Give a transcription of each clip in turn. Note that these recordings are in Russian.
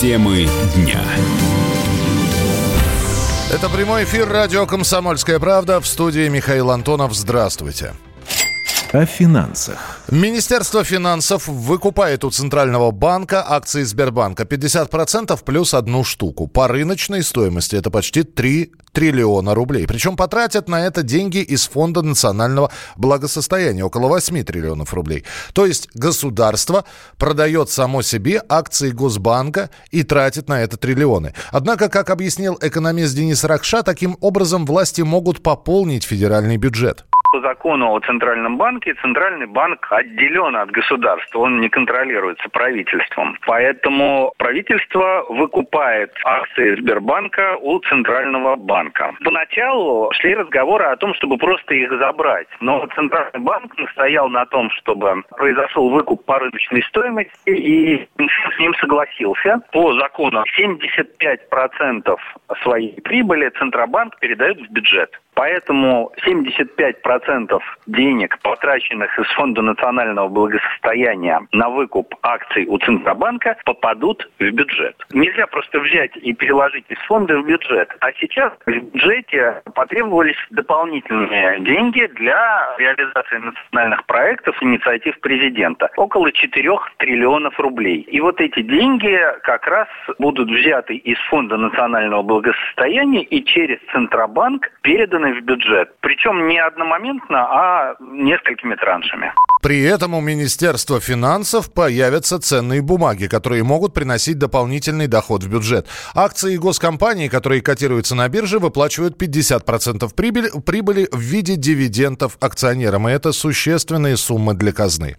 Темы дня. Это прямой эфир радио «Комсомольская правда». В студии Михаил Антонов. Здравствуйте. О финансах. Министерство финансов выкупает у Центрального банка акции Сбербанка 50% плюс одну штуку. По рыночной стоимости это почти 3 триллиона рублей. Причем потратят на это деньги из Фонда национального благосостояния, около 8 триллионов рублей. То есть государство продает само себе акции Госбанка и тратит на это триллионы. Однако, как объяснил экономист Денис Ракша, таким образом власти могут пополнить федеральный бюджет. По закону о Центральном банке Центральный банк отделен от государства, он не контролируется правительством. Поэтому правительство выкупает акции Сбербанка у Центрального банка. Поначалу шли разговоры о том, чтобы просто их забрать. Но Центральный банк настоял на том, чтобы произошел выкуп по рыночной стоимости, и с ним согласился. По закону 75% своей прибыли Центробанк передает в бюджет. Поэтому 75% денег, потраченных из Фонда национального благосостояния на выкуп акций у Центробанка, попадут в бюджет. Нельзя просто взять и переложить из фонда в бюджет. А сейчас в бюджете потребовались дополнительные деньги для реализации национальных проектов, инициатив президента. Около 4 триллионов рублей. И вот эти деньги как раз будут взяты из Фонда национального благосостояния и через Центробанк переданы в бюджет. Причем не одномоментно, а несколькими траншами. При этом у Министерства финансов появятся ценные бумаги, которые могут приносить дополнительный доход в бюджет. Акции госкомпаний, которые котируются на бирже, выплачивают 50% прибыли в виде дивидендов акционерам. И это существенные суммы для казны.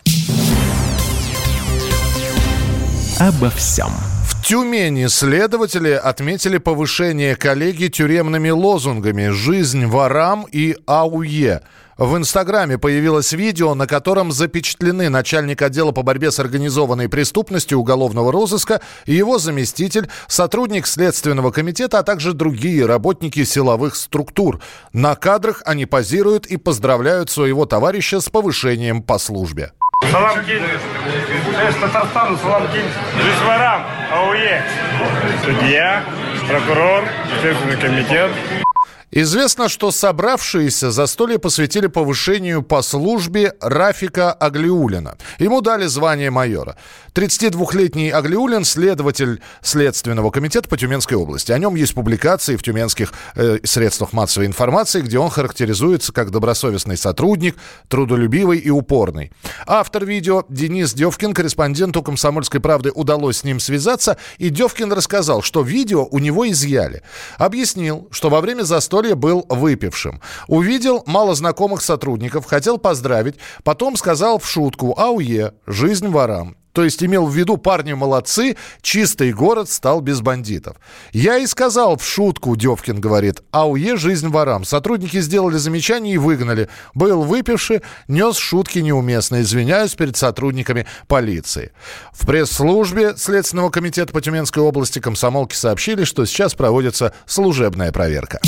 Обо всем. В Тюмени следователи отметили повышение коллеги тюремными лозунгами «Жизнь ворам» и «АУЕ». В Инстаграме появилось видео, на котором запечатлены начальник отдела по борьбе с организованной преступностью уголовного розыска и его заместитель, сотрудник Следственного комитета, а также другие работники силовых структур. На кадрах они позируют и поздравляют своего товарища с повышением по службе. Салам кинь. Татарстану салам кинь. Жизнь ворам. АУЕ. Судья, прокурор, Следственный комитет. Известно, что собравшиеся застолье посвятили повышению по службе Рафика Аглиуллина. Ему дали звание майора. 32-летний Аглиуллин – следователь Следственного комитета по Тюменской области. О нем есть публикации в тюменских средствах массовой информации, где он характеризуется как добросовестный сотрудник, трудолюбивый и упорный. Автор видео Денис Девкин, корреспонденту «Комсомольской правды» удалось с ним связаться, и Девкин рассказал, что видео у него изъяли. Объяснил, что во время застолья был выпившим. Увидел малознакомых сотрудников, хотел поздравить, потом сказал в шутку «АУЕ, жизнь ворам». То есть имел в виду: парни молодцы, чистый город стал без бандитов. Я и сказал в шутку, Девкин говорит, АУЕ, жизнь ворам. Сотрудники сделали замечание и выгнали. Был выпивший, нес шутки неуместные. Извиняюсь перед сотрудниками полиции. В пресс-службе Следственного комитета по Тюменской области комсомолки сообщили, что сейчас проводится служебная проверка.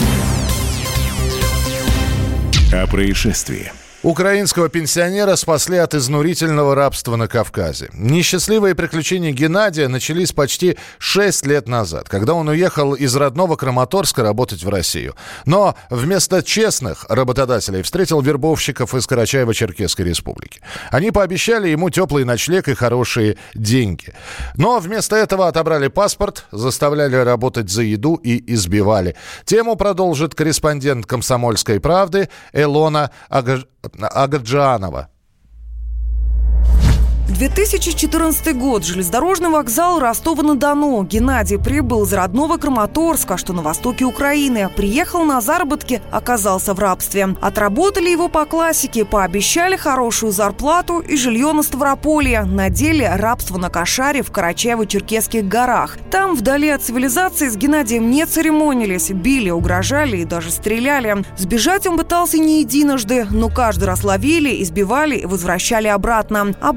О происшествии. Украинского пенсионера спасли от изнурительного рабства на Кавказе. Несчастливые приключения Геннадия начались почти 6 лет назад, когда он уехал из родного Краматорска работать в Россию. Но вместо честных работодателей встретил вербовщиков из Карачаево-Черкесской республики. Они пообещали ему теплый ночлег и хорошие деньги. Но вместо этого отобрали паспорт, заставляли работать за еду и избивали. Тему продолжит корреспондент «Комсомольской правды» Илона Агаджанова. 2014 год. Железнодорожный вокзал Ростова-на-Дону. Геннадий прибыл из родного Краматорска, что на востоке Украины. Приехал на заработки, оказался в рабстве. Отработали его по классике, пообещали хорошую зарплату и жилье на Ставрополье. На деле рабство на Кошаре в Карачаево-Черкесских горах. Там, вдали от цивилизации, с Геннадием не церемонились. Били, угрожали и даже стреляли. Сбежать он пытался не единожды, но каждый раз ловили, избивали и возвращали обратно. Обычное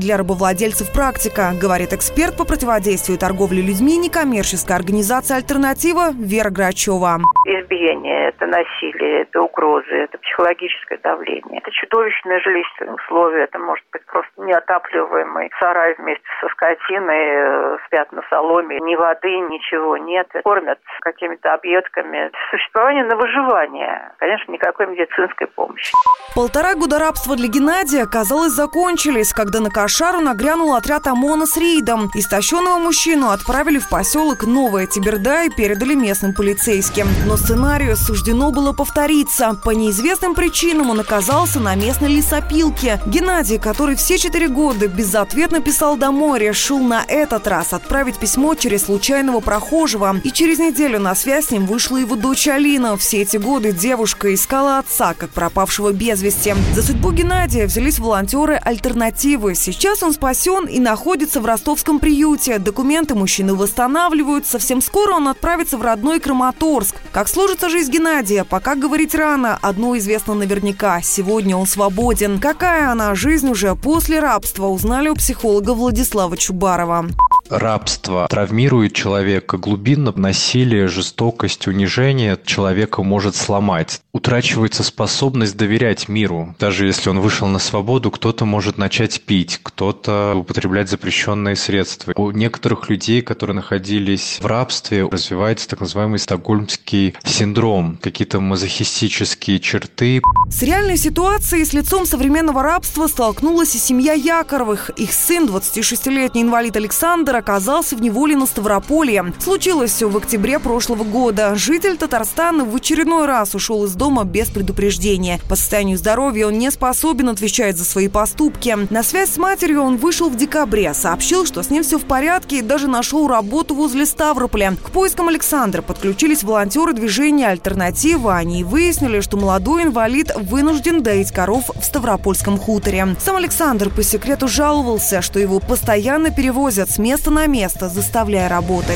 для рабовладельцев практика, говорит эксперт по противодействию торговле людьми некоммерческой организации «Альтернатива» Вера Грачева. Избиение, это насилие, это угрозы, это психологическое давление. Это чудовищные жилищные условия, это может быть просто неотапливаемый сарай вместе со скотиной, спят на соломе, ни воды, ничего нет, кормят какими-то объедками. Существование на выживание, конечно, никакой медицинской помощи. 1,5 года рабства для Геннадия, казалось, закончились, когда на Кошару нагрянул отряд ОМОНа с рейдом. Истощенного мужчину отправили в поселок Новая Теберда и передали местным полицейским. Но сценарию суждено было повториться. По неизвестным причинам он оказался на местной лесопилке. Геннадий, который все 4 года безответно писал домой, решил на этот раз отправить письмо через случайного прохожего. И через неделю на связь с ним вышла его дочь Алина. Все эти годы девушка искала отца, как пропавшего без вести. За судьбу Геннадия взялись волонтеры «Альтернативы». Сейчас он спасен и находится в ростовском приюте. Документы мужчины восстанавливают. Совсем скоро он отправится в родной Краматорск. Как сложится жизнь Геннадия, пока говорить рано. Одно известно наверняка – сегодня он свободен. Какая она жизнь уже после рабства, узнали у психолога Владислава Чубарова. Рабство травмирует человека глубинно. Насилие, жестокость, унижение человека может сломать. Утрачивается способность доверять миру. Даже если он вышел на свободу, кто-то может начать пить, кто-то употреблять запрещенные средства. У некоторых людей, которые находились в рабстве, развивается так называемый стокгольмский синдром, какие-то мазохистические черты. С реальной ситуацией, с лицом современного рабства столкнулась и семья Якоровых. Их сын, 26-летний инвалид Александр, оказался в неволе на Ставрополье. Случилось все в октябре прошлого года. Житель Татарстана в очередной раз ушел из дома без предупреждения. По состоянию здоровья он не способен отвечать за свои поступки. На связь с матерью он вышел в декабре, сообщил, что с ним все в порядке и даже нашел работу возле Ставрополя. К поискам Александра подключились волонтеры движения «Альтернатива». Они выяснили, что молодой инвалид вынужден доить коров в Ставропольском хуторе. Сам Александр по секрету жаловался, что его постоянно перевозят с места на место, заставляя работать.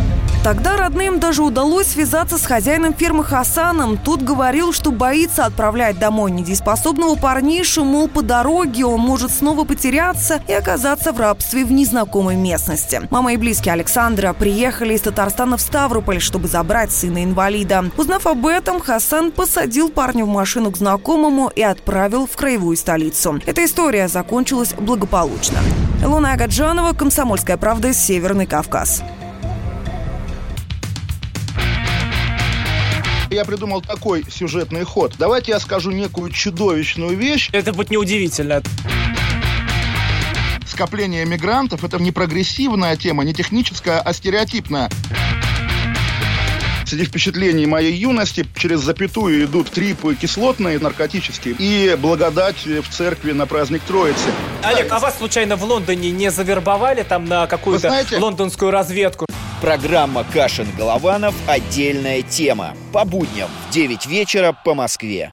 Тогда родным даже удалось связаться с хозяином фермы Хасаном. Тот говорил, что боится отправлять домой недееспособного парнишу, мол, по дороге он может снова потеряться и оказаться в рабстве в незнакомой местности. Мама и близкие Александра приехали из Татарстана в Ставрополь, чтобы забрать сына-инвалида. Узнав об этом, Хасан посадил парня в машину к знакомому и отправил в краевую столицу. Эта история закончилась благополучно. Илона Агаджанова, «Комсомольская правда», Северный Кавказ. Я придумал такой сюжетный ход. Давайте я скажу некую чудовищную вещь. Это будет неудивительно. Скопление мигрантов – это не прогрессивная тема, не техническая, а стереотипная. Среди впечатлений моей юности через запятую идут трипы кислотные, наркотические, и благодать в церкви на праздник Троицы. Олег, а вас случайно в Лондоне не завербовали там на какую-то лондонскую разведку? Программа «Кашин-Голованов. Отдельная тема». По будням в 9 вечера по Москве.